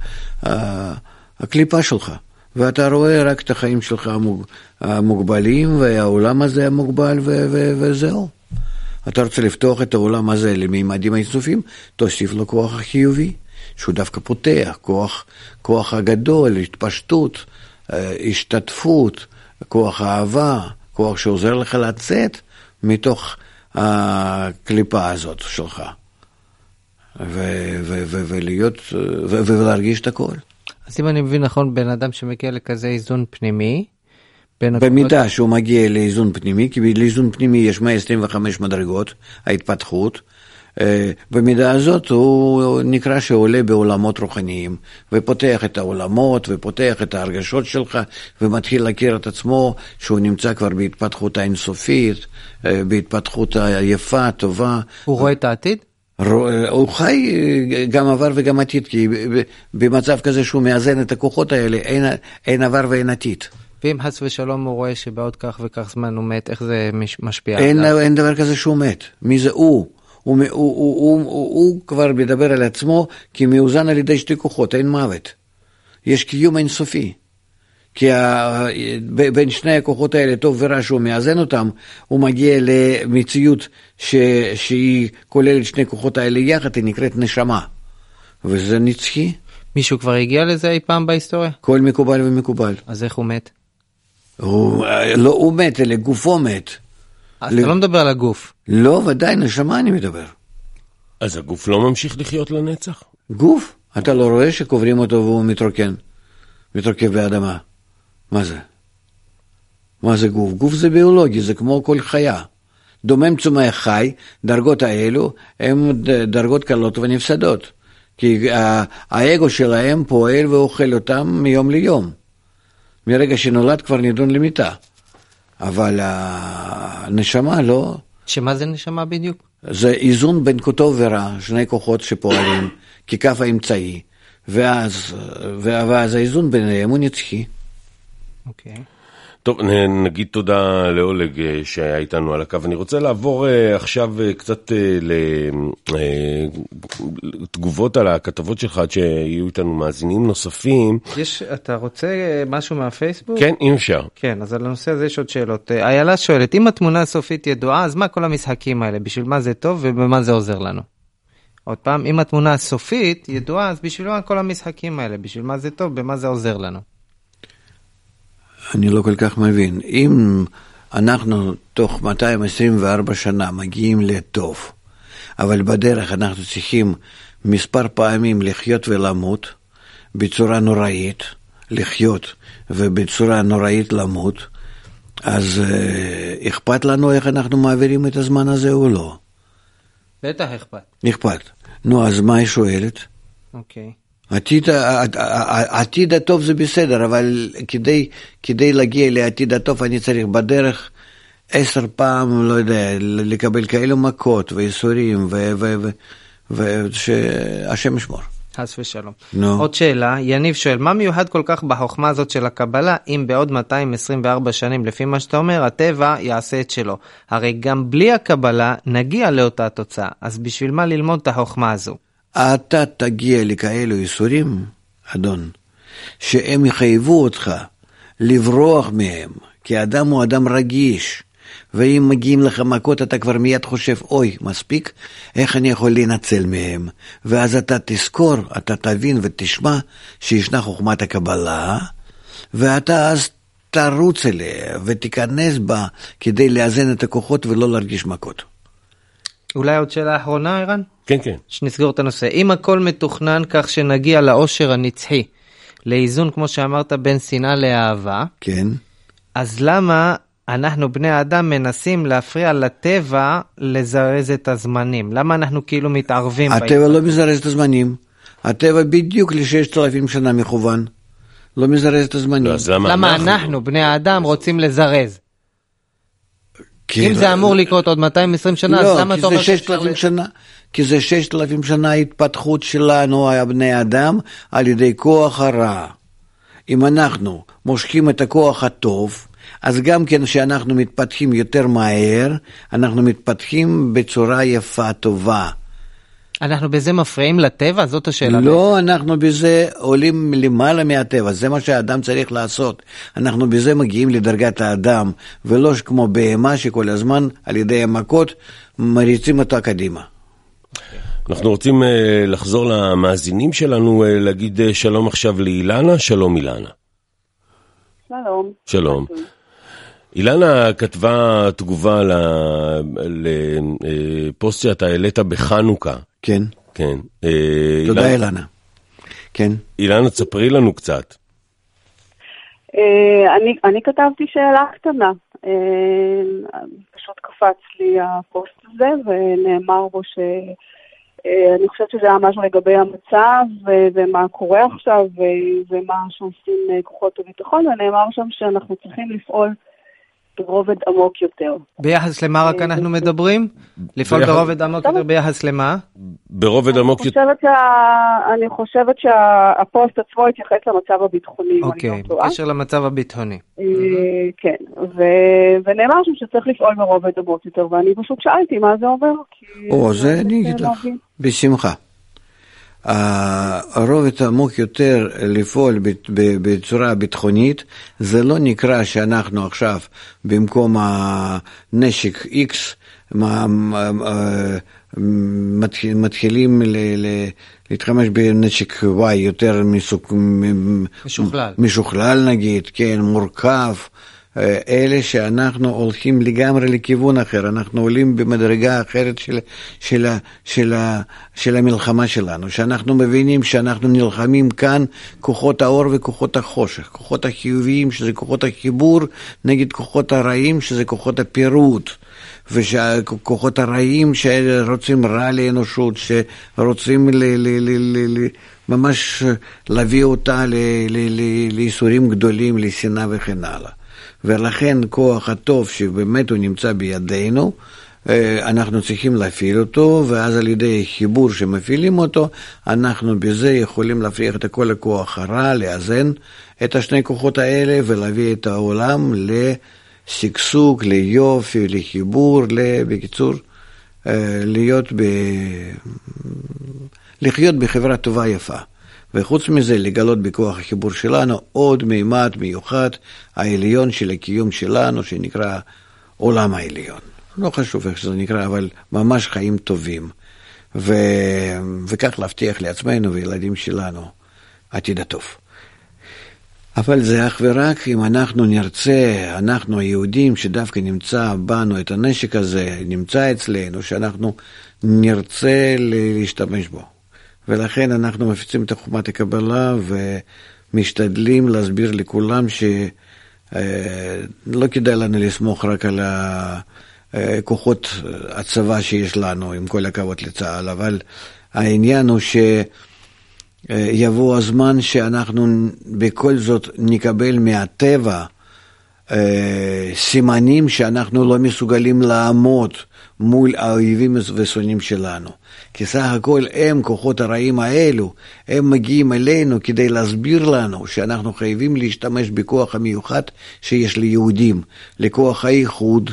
הקליפה שלך. ואתה רואה רק את החיים שלך המוגבלים, והעולם הזה המוגבל, וזהו. אתה רוצה לפתוח את העולם הזה לממדים האינסופיים, תוסיף לו כוח החיובי, שהוא דווקא פותח, כוח הגדול, התפשטות, השתתפות, כוח האהבה, כוח שעוזר לך לצאת מתוך הקליפה הזאת שלך. ולהרגיש את הכל. אז אם אני מבין נכון, בן אדם שמגיע לכזה איזון פנימי, במידה שהוא מגיע לאיזון פנימי, כי לאיזון פנימי יש 125 מדרגות, ההתפתחות, במידה הזאת הוא נקרא שעולה בעולמות רוחניים, ופותח את העולמות, ופותח את ההרגשות שלך, ומתחיל להכיר את עצמו, שהוא נמצא כבר בהתפתחות האינסופית, בהתפתחות היפה, טובה. הוא רואה את העתיד? הוא חי גם עבר וגם עתיד, כי במצב כזה שהוא מאזן את הכוחות האלה, אין עבר ואין עתיד. ואם חס ושלום הוא רואה שבעוד כך וכך זמן הוא מת, איך זה משפיע? אין דבר כזה שהוא מת. מי זה הוא? הוא כבר מדבר על עצמו כי מאוזן על ידי שתי כוחות, אין מוות. יש קיום אינסופי. כי בין שני הכוחות האלה, טוב ורע שהוא מאזן אותם, הוא מגיע למציאות שהיא כוללת שני כוחות האלה יחד, היא נקראת נשמה. וזה נצחי. מישהו כבר הגיע לזה אי פעם בהיסטוריה? כל מקובל ומקובל. אז איך הוא מת? לא הוא מת, אלא גופו מת. אז אתה לא מדבר על הגוף. לא, ודאי, נשמה אני מדבר. אז הגוף לא ממשיך לחיות לנצח? גוף? אתה לא רואה שקוברים אותו והוא מתרוקב באדמה. מה זה? מה זה גוף? גוף זה ביולוגי, זה כמו כל חיה. דומם צומח חי, דרגות האלו הן דרגות קלות ונפסדות. כי האגו שלהם פועל ואוכל אותם מיום ליום. מרגע שנולד כבר נידון למיטה. אבל הנשמה לא. שמה זה נשמה בדיוק? זה איזון בין טוב ורע, שני כוחות שפועלים ככף האמצעי, ואז האיזון ביניהם הוא נצחי. אוקיי. טוב, נגיד תודה לאולג שהיה איתנו על הקו. אני רוצה לעבור עכשיו קצת לתגובות על הכתבות שלך, עד שיהיו איתנו מאזינים נוספים. אתה רוצה משהו מהפייסבוק? כן, אם אפשר. כן, אז על הנושא הזה יש עוד שאלות. איילה שואלת, אם התמונה הסופית ידועה, אז מה כל המשחקים האלה? בשביל מה זה טוב ובמה זה עוזר לנו? עוד פעם, אם התמונה הסופית ידועה, אז בשביל מה כל המשחקים האלה? בשביל מה זה טוב ובמה זה עוזר לנו? אני לא כל כך מבין. אם אנחנו תוך 224 שנה מגיעים לטוב, אבל בדרך אנחנו צריכים מספר פעמים לחיות ולמות בצורה נוראית, לחיות ובצורה נוראית למות, אז אכפת לנו איך אנחנו מעבירים את הזמן הזה או לא? בטח אכפת. אכפת. נו, אז מה היא שואלת? אוקיי. העתיד הטוב זה בסדר, אבל כדי להגיע לעתיד הטוב אני צריך בדרך 10 פעם, לא יודע, לקבל כאלו מכות ואיסורים, ושהשם ישמור. חס ושלום. עוד שאלה, יניב שואל, מה מיוחד כל כך בחוכמה הזאת של הקבלה, אם בעוד 224 שנים, לפי מה שאתה אומר, הטבע יעשה את שלו? הרי גם בלי הקבלה נגיע לאותה תוצאה, אז בשביל מה ללמוד את החוכמה הזו? אתה תגיע לכאלו איסורים, אדון, שהם יחייבו אותך לברוח מהם, כי אדם הוא אדם רגיש, ואם מגיעים לך מכות אתה כבר מיד חושב, אוי, מספיק, איך אני יכול להינצל מהם? ואז אתה תזכור, אתה תבין ותשמע שישנה חוכמת הקבלה, ואתה אז תרוץ אליה ותיכנס בה כדי לאזן את הכוחות ולא להרגיש מכות. אולי עוד שאלה אחרונה, אירן? כן, כן. שנסגור את הנושא. אם הכל מתוכנן כך שנגיע לאושר הנצחי, לאיזון, כמו שאמרת, בין שנאה לאהבה, כן. אז למה אנחנו בני האדם מנסים להפריע לטבע לזרז את הזמנים? למה אנחנו כאילו מתערבים? הטבע לא מזרז את הזמנים. הטבע בדיוק ל6,000 שנה מכוון. לא מזרז את הזמנים. למה אנחנו, בני האדם, רוצים לזרז? אם זה אמור לקרות עוד 220 שנה, אז למה אתה אומר... לא, כי זה 6,000 שנה. כי זה 6,000 שנה התפתחות שלנו, בני האדם, על ידי כוח הרע. אם אנחנו מושכים את הכוח הטוב, אז גם כן שאנחנו מתפתחים יותר מהר, אנחנו מתפתחים בצורה יפה, טובה. אנחנו בזה מפריעים לטבע? זאת השאלה. לא, אנחנו בזה עולים למעלה מהטבע, זה מה שהאדם צריך לעשות. אנחנו בזה מגיעים לדרגת האדם, ולא כמו בהמה שכל הזמן על ידי המכות מריצים אותה קדימה. אנחנו רוצים לחזור למאזינים שלנו, להגיד שלום עכשיו לאילנה. שלום אילנה. שלום. שלום. אילנה כתבה תגובה לפוסט שאתה העלית בחנוכה. כן. כן. תודה אילנה. כן. אילנה, תספרי לנו קצת. אני כתבתי שאלה קטנה. פשוט קפץ לי הפוסט הזה, ונאמר בו אני חושבת שזה היה משהו לגבי המצב, ומה קורה עכשיו, ומה שעושים כוחות הביטחון, ונאמר שם שאנחנו צריכים לפעול ברובד עמוק יותר. ביחס למה רק אנחנו מדברים? לפעול ברובד עמוק יותר ביחס למה? ברובד עמוק יותר. אני חושבת שהפוסט עצמו התייחס למצב הביטחוני. אוקיי, בקשר למצב הביטחוני. כן, ונאמר שם שצריך לפעול ברובד עמוק יותר, ואני פשוט שאלתי מה זה אומר. זה אני אגיד לך, בשמחה. הרובד עמוק יותר לפעול בצורה ביטחונית, זה לא נקרא שאנחנו עכשיו במקום הנשק X מתחילים להתחמש בנשק Y יותר משוכלל נגיד, כן, מורכב, אלה שאנחנו הולכים לגמרי לכיוון אחר, אנחנו עולים במדרגה אחרת של המלחמה שלנו, שאנחנו מבינים שאנחנו נלחמים כאן כוחות האור וכוחות החושך, כוחות החיוביים שזה כוחות החיבור נגד כוחות הרעים שזה כוחות הפירוט, וכוחות הרעים שרוצים רע לאנושות, שרוצים ממש להביא אותה לאיסורים גדולים, לשנאה וכן הלאה. ולכן כוח הטוב שבאמת הוא נמצא בידינו, אנחנו צריכים להפעיל אותו, ואז על ידי חיבור שמפעילים אותו, אנחנו בזה יכולים להפריח את כל הכוח הרע, לאזן את השני כוחות האלה, ולהביא את העולם לשגשוג, ליופי, לחיבור, בקיצור, לחיות בחברה טובה יפה. וחוץ מזה לגלות בכוח החיבור שלנו עוד מימד מיוחד, העליון של הקיום שלנו, שנקרא עולם העליון. לא חשוב איך שזה נקרא, אבל ממש חיים טובים. וכך להבטיח לעצמנו וילדים שלנו עתיד הטוב. אבל זה אך ורק אם אנחנו נרצה, אנחנו היהודים שדווקא נמצא בנו את הנשק הזה, נמצא אצלנו, שאנחנו נרצה להשתמש בו. ולכן אנחנו מפיצים את חוכמת הקבלה ומשתדלים להסביר לכולם שלא כדאי לנו לסמוך רק על כוחות הצבא שיש לנו, עם כל הכבוד לצה"ל, אבל העניין הוא שיבוא הזמן שאנחנו בכל זאת נקבל מהטבע סימנים שאנחנו לא מסוגלים לעמוד מול האויבים ושונאים שלנו. כי סך הכל הם, כוחות הרעים האלו, הם מגיעים אלינו כדי להסביר לנו שאנחנו חייבים להשתמש בכוח המיוחד שיש ליהודים, לכוח הייחוד,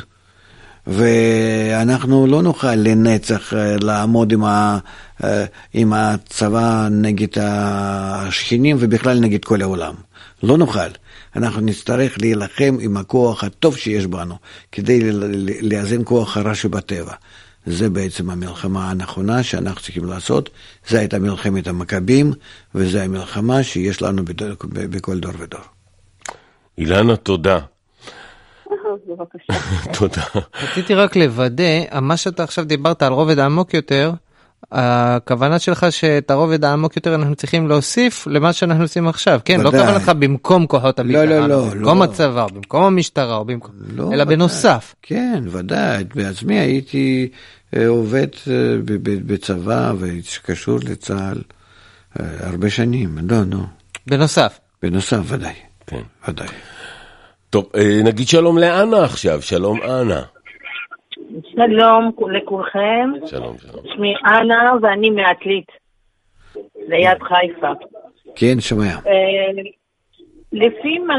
ואנחנו לא נוכל לנצח לעמוד עם הצבא נגד השכנים ובכלל נגד כל העולם. לא נוכל. אנחנו נצטרך להילחם עם הכוח הטוב שיש בנו, כדי לאזן כוח הרע שבטבע. זה בעצם המלחמה הנכונה שאנחנו צריכים לעשות. זה הייתה מלחמת המכבים, וזה המלחמה שיש לנו בכל דור ודור. אילנה, תודה. בבקשה. תודה. רציתי רק לוודא, מה שאתה עכשיו דיברת על רובד העמוק יותר, הכוונה שלך שאת הרובד העמוק יותר אנחנו צריכים להוסיף למה שאנחנו עושים עכשיו, כן? לא כוונה לך במקום כוחות הביטחון, במקום הצבא, במקום המשטרה, אלא בנוסף. כן, ודאי, בעצמי הייתי עובד בצבא וקשור לצה"ל הרבה שנים, לא. בנוסף? בנוסף, ודאי. כן. ודאי. טוב, נגיד שלום לאנה עכשיו, שלום אנה. שלום לכולכם. שלום. שמי אנה ואני מעתלית, ליד חיפה. כן, שומע. לפי מה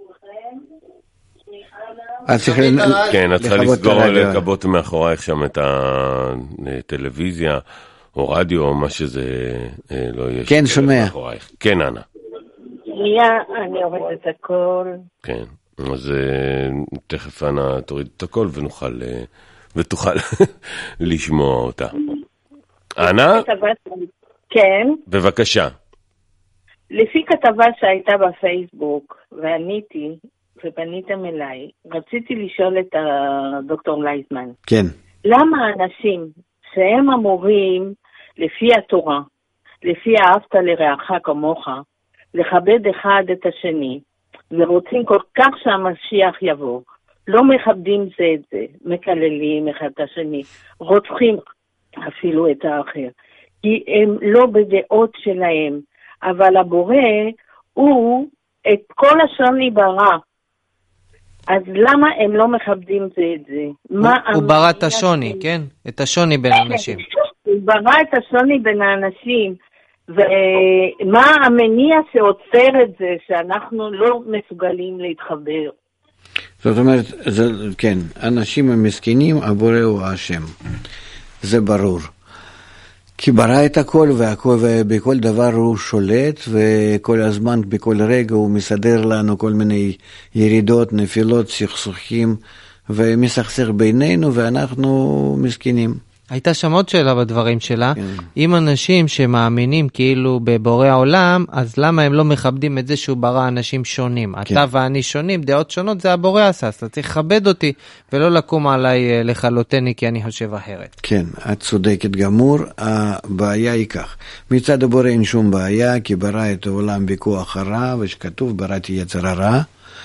כן, את צריכה לסגור לקבות מאחורייך שם את הטלוויזיה או רדיו או מה שזה לא יהיה. כן, שומע. כן, אנה. אני עובדת את הכל. כן, אז תכף אנה תוריד את הכל ותוכל לשמוע אותה. אנה? כן. בבקשה. לפי כתבה שהייתה בפייסבוק, ועניתי, ופניתם אליי, רציתי לשאול את הדוקטור לייזמן. כן. למה האנשים שהם אמורים לפי התורה, לפי אהבת לרעך כמוך, לכבד אחד את השני, ורוצים כל כך שהמשיח יבוא, לא מכבדים זה את זה, מקללים אחד את השני, רוצחים אפילו את האחר, כי הם לא בדעות שלהם, אבל הבורא הוא את כל השוני ברא, אז למה הם לא מכבדים זה את זה? הוא ברא את השוני, כן? את השוני בין האנשים. הוא ברא את השוני בין האנשים, ומה המניע שעוצר את זה, שאנחנו לא מסוגלים להתחבר? זאת אומרת, כן, אנשים הם מסכנים, הבורא הוא השם. זה ברור. כי ברא את הכל, ובכל דבר הוא שולט, וכל הזמן, בכל רגע הוא מסדר לנו כל מיני ירידות, נפילות, סכסוכים, ומסכסך בינינו, ואנחנו מסכנים. הייתה שם עוד שאלה בדברים שלה, אם אנשים שמאמינים כאילו בבורא העולם, אז למה הם לא מכבדים את זה שהוא ברא אנשים שונים? אתה ואני שונים, דעות שונות, זה הבורא עשה, אז אתה צריך לכבד אותי, ולא לקום עליי לחלוטני, כי אני חושב אחרת. כן, את צודקת גמור, הבעיה היא כך. מצד הבורא אין שום בעיה, כי ברא את העולם בכוח הרע, ושכתוב בראתי יצר הרע,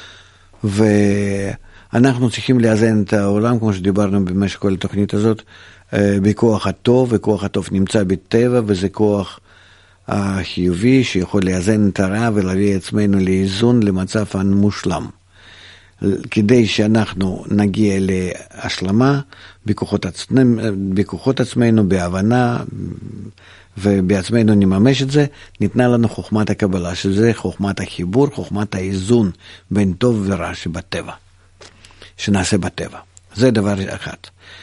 ואנחנו צריכים לאזן את העולם, כמו שדיברנו במשך כל התוכנית הזאת, בכוח הטוב, וכוח הטוב נמצא בטבע, וזה כוח החיובי שיכול לאזן את הרע ולהביא עצמנו לאיזון למצב המושלם. כדי שאנחנו נגיע להשלמה בכוחות עצמנו, בהבנה, ובעצמנו נממש את זה, ניתנה לנו חוכמת הקבלה, שזה חוכמת החיבור, חוכמת האיזון בין טוב ורע שבטבע, שנעשה בטבע. זה דבר אחד.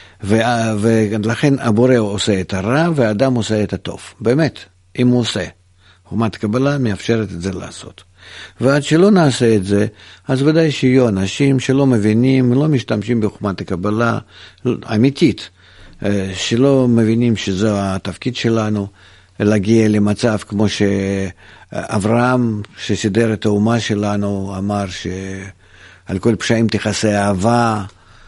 ולכן הבורא עושה את הרע והאדם עושה את הטוב. באמת, אם הוא עושה. חוכמת קבלה מאפשרת את זה לעשות. ועד שלא נעשה את זה, אז ודאי שיהיו אנשים שלא מבינים, לא משתמשים בחוכמת הקבלה אמיתית, שלא מבינים שזה התפקיד שלנו, להגיע למצב כמו שאברהם, שסידר את האומה שלנו, אמר שעל כל פשעים תכסה אהבה,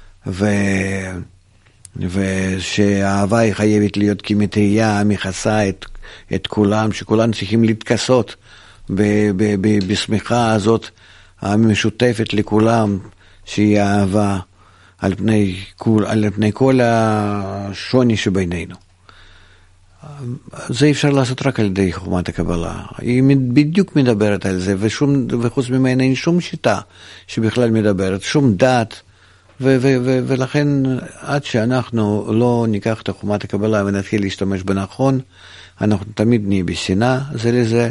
ושהאהבה היא חייבת להיות כמטריה, מכסה את כולם, שכולם צריכים להתכסות בשמחה הזאת המשותפת לכולם, שהיא האהבה על פני כל השוני שבינינו. זה אפשר לעשות רק על ידי חוכמת הקבלה. היא בדיוק מדברת על זה, וחוץ ממנה אין שום שיטה שבכלל מדברת, שום דת, ולכן עד שאנחנו לא ניקח את חוכמת הקבלה ונתחיל להשתמש בנכון, אנחנו תמיד נהיה בשנאה זה לזה,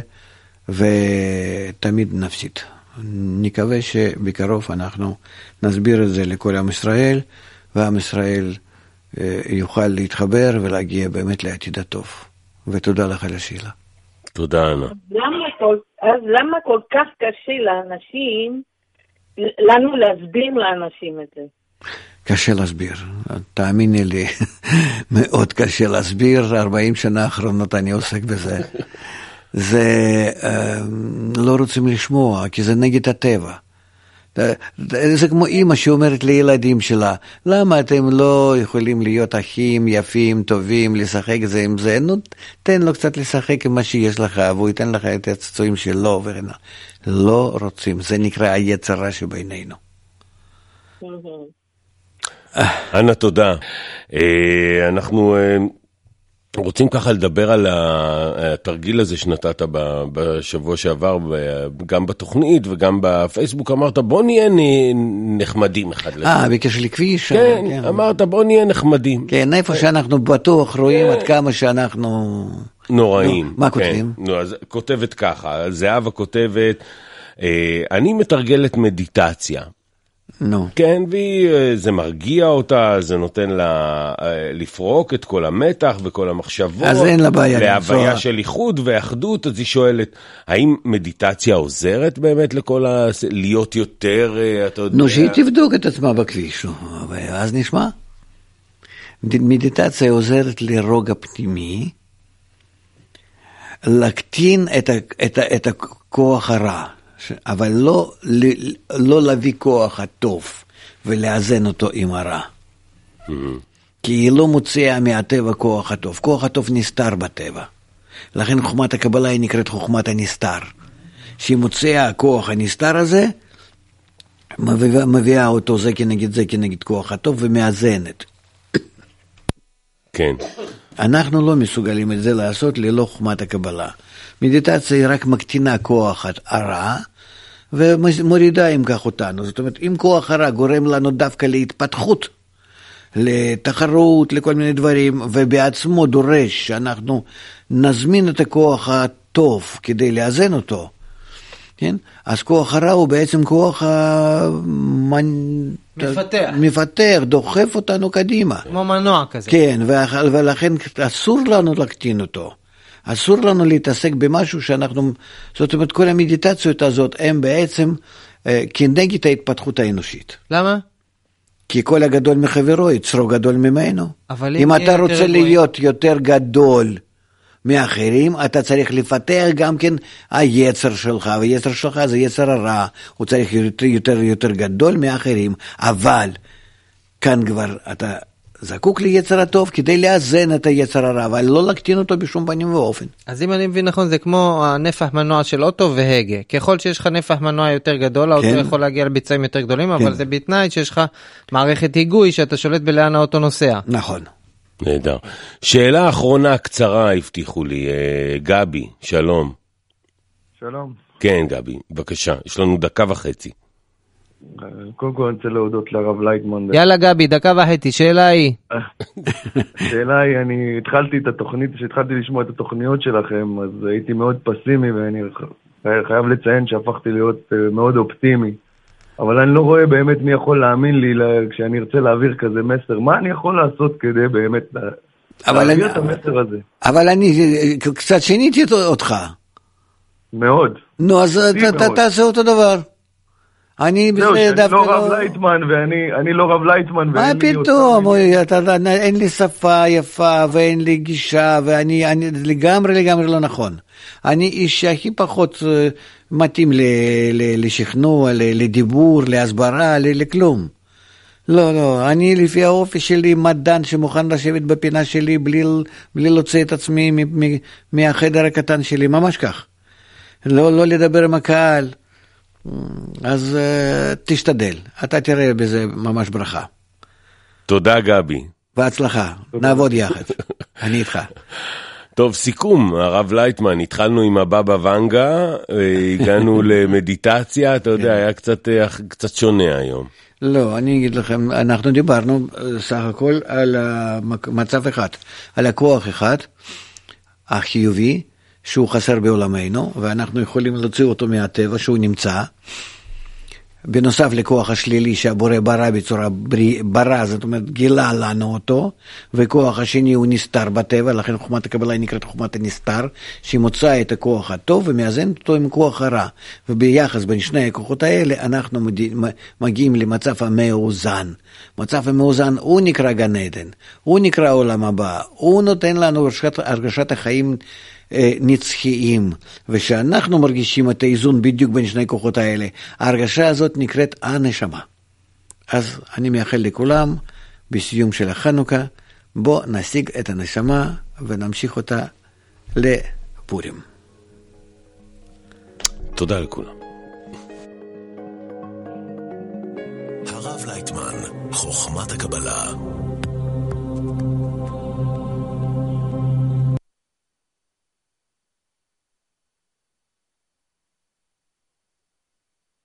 ותמיד נפסיד. נקווה שבקרוב אנחנו נסביר את זה לכל עם ישראל, ועם ישראל יוכל להתחבר ולהגיע באמת לעתיד הטוב. ותודה לך על השאלה. תודה, אנה. אז למה כל כך קשה לאנשים, לנו להסביר לאנשים את זה? קשה להסביר, תאמיני לי, מאוד קשה להסביר, 40 שנה האחרונות אני עוסק בזה. זה לא רוצים לשמוע, כי זה נגד הטבע. זה כמו אמא שאומרת לילדים שלה, למה אתם לא יכולים להיות אחים יפים, טובים, לשחק זה עם זה? נו, תן לו קצת לשחק עם מה שיש לך, והוא ייתן לך את הצצועים שלו. לא רוצים, זה נקרא היצרה שבינינו. אנה, תודה. אנחנו רוצים ככה לדבר על התרגיל הזה שנתת בשבוע שעבר, גם בתוכנית וגם בפייסבוק. אמרת בוא נהיה נחמדים אחד לשני. בקשר לכביש. כן, אמרת בוא נהיה נחמדים. כן, איפה שאנחנו בטוח רואים עד כמה שאנחנו נוראים. מה כותבים? אז כותבת ככה, זהבה כותבת, אני מתרגלת מדיטציה. כן, וזה מרגיע אותה, זה נותן לה לפרוק את כל המתח וכל המחשבות, אז אין לה בעיה להוויה של איחוד ואחדות. אז היא שואלת, האם מדיטציה עוזרת באמת להיות יותר, אתה יודע? שהיא תבדוק את עצמה בכביש, ואז נשמע. מדיטציה עוזרת לרוגע פנימי, להקטין את הכוח הרע, אבל לא להביא כוח הטוב ולאזן אותו עם הרע. כי היא לא מוציאה מהטבע כוח הטוב. כוח הטוב נסתר בטבע. לכן חוכמת הקבלה היא נקראת חוכמת הנסתר. שהיא מוציאה כוח הנסתר הזה, מביאה אותו זה כנגד כוח הטוב ומאזנת. כן. אנחנו לא מסוגלים את זה לעשות ללא חוכמת הקבלה. מדיטציה היא רק מקטינה כוח הרע, ומורידה עם כך אותנו. זאת אומרת, אם כוח הרע גורם לנו דווקא להתפתחות, לתחרות, לכל מיני דברים, ובעצמו דורש שאנחנו נזמין את הכוח הטוב כדי לאזן אותו, כן? אז כוח הרע הוא בעצם כוח מפתח, דוחף אותנו קדימה. כמו מנוע כזה. כן, ולכן אסור לנו להקטין אותו. אסור לנו להתעסק במשהו שאנחנו, זאת אומרת, כל המדיטציות הזאת הם בעצם כנגד ההתפתחות האנושית. למה? כי כל הגדול מחברו, יצרו גדול ממנו. אם אתה רוצה להיות יותר גדול מאחרים, אתה צריך לפתח גם כן היצר שלך, והיצר שלך זה יצר הרע, הוא צריך יותר גדול מאחרים, אבל כאן כבר אתה זקוק ליצר הטוב כדי לאזן את היצר הרע, אבל לא להקטין אותו בשום פנים ואופן. אז אם אני מבין נכון, זה כמו הנפח מנוע של אוטו והגה. ככל שיש לך נפח מנוע יותר גדול, האוטו יכול להגיע לביצעים יותר גדולים, אבל זה בתנאי שיש לך מערכת היגוי שאתה שולט בלאן האוטו נוסע. נכון. נהדר. שאלה אחרונה קצרה הבטיחו לי, גבי, שלום. שלום. כן, גבי, בבקשה, יש לנו 1.5 דקות. קודם כל אני רוצה להודות לרב לייטמן. יאללה גבי, 1.5 דקות, שאלה היא. שאלה היא, אני התחלתי את התוכנית, כשהתחלתי לשמוע את התוכניות שלכם, אז הייתי מאוד פסימי, ואני חייב לציין שהפכתי להיות מאוד אופטימי. אבל אני לא רואה באמת מי יכול להאמין לי כשאני ארצה להעביר כזה מסר. מה אני יכול לעשות כדי באמת להעביר את המסר הזה? אבל אני קצת שיניתי אותך. מאוד. נו, אז אתה תעשה אותו דבר. אני לא רב לייטמן, ואני לא רב לייטמן. מה פתאום? אין לי שפה יפה, ואין לי גישה, ואני לגמרי לא נכון. אני איש שהכי פחות מתאים לשכנוע, לדיבור, להסברה, לכלום. לא, אני לפי האופי שלי מדען שמוכן לשבת בפינה שלי בלי להוציא את עצמי מהחדר הקטן שלי, ממש כך. לא לדבר עם הקהל. אז תשתדל, אתה תראה בזה ממש ברכה. תודה גבי. בהצלחה, נעבוד יחד, אני איתך. טוב, סיכום, הרב לייטמן, התחלנו עם הבבא ונגה, הגענו למדיטציה, אתה יודע, היה קצת שונה היום. לא, אני אגיד לכם, אנחנו דיברנו סך הכל על מצב אחד, על הכוח אחד, החיובי, שהוא חסר בעולמנו, ואנחנו יכולים להוציא אותו מהטבע שהוא נמצא, בנוסף לכוח השלילי שהבורא ברא בצורה ברא, זאת אומרת גילה לנו אותו, וכוח השני הוא נסתר בטבע, לכן חוכמת הקבלה היא נקראת חוכמת הנסתר, שהיא מוצאה את הכוח הטוב ומאזנת אותו עם כוח הרע, וביחס בין שני הכוחות האלה אנחנו מגיעים למצב המאוזן. מצב המאוזן הוא נקרא גן עדן, הוא נקרא עולם הבא, הוא נותן לנו הרגשת החיים נצחיים, ושאנחנו מרגישים את האיזון בדיוק בין שני כוחות האלה, ההרגשה הזאת נקראת הנשמה. אז אני מאחל לכולם בסיום של החנוכה, בוא נשיג את הנשמה ונמשיך אותה לפורים. תודה לכולם. הרב לייטמן, חוכמת הקבלה.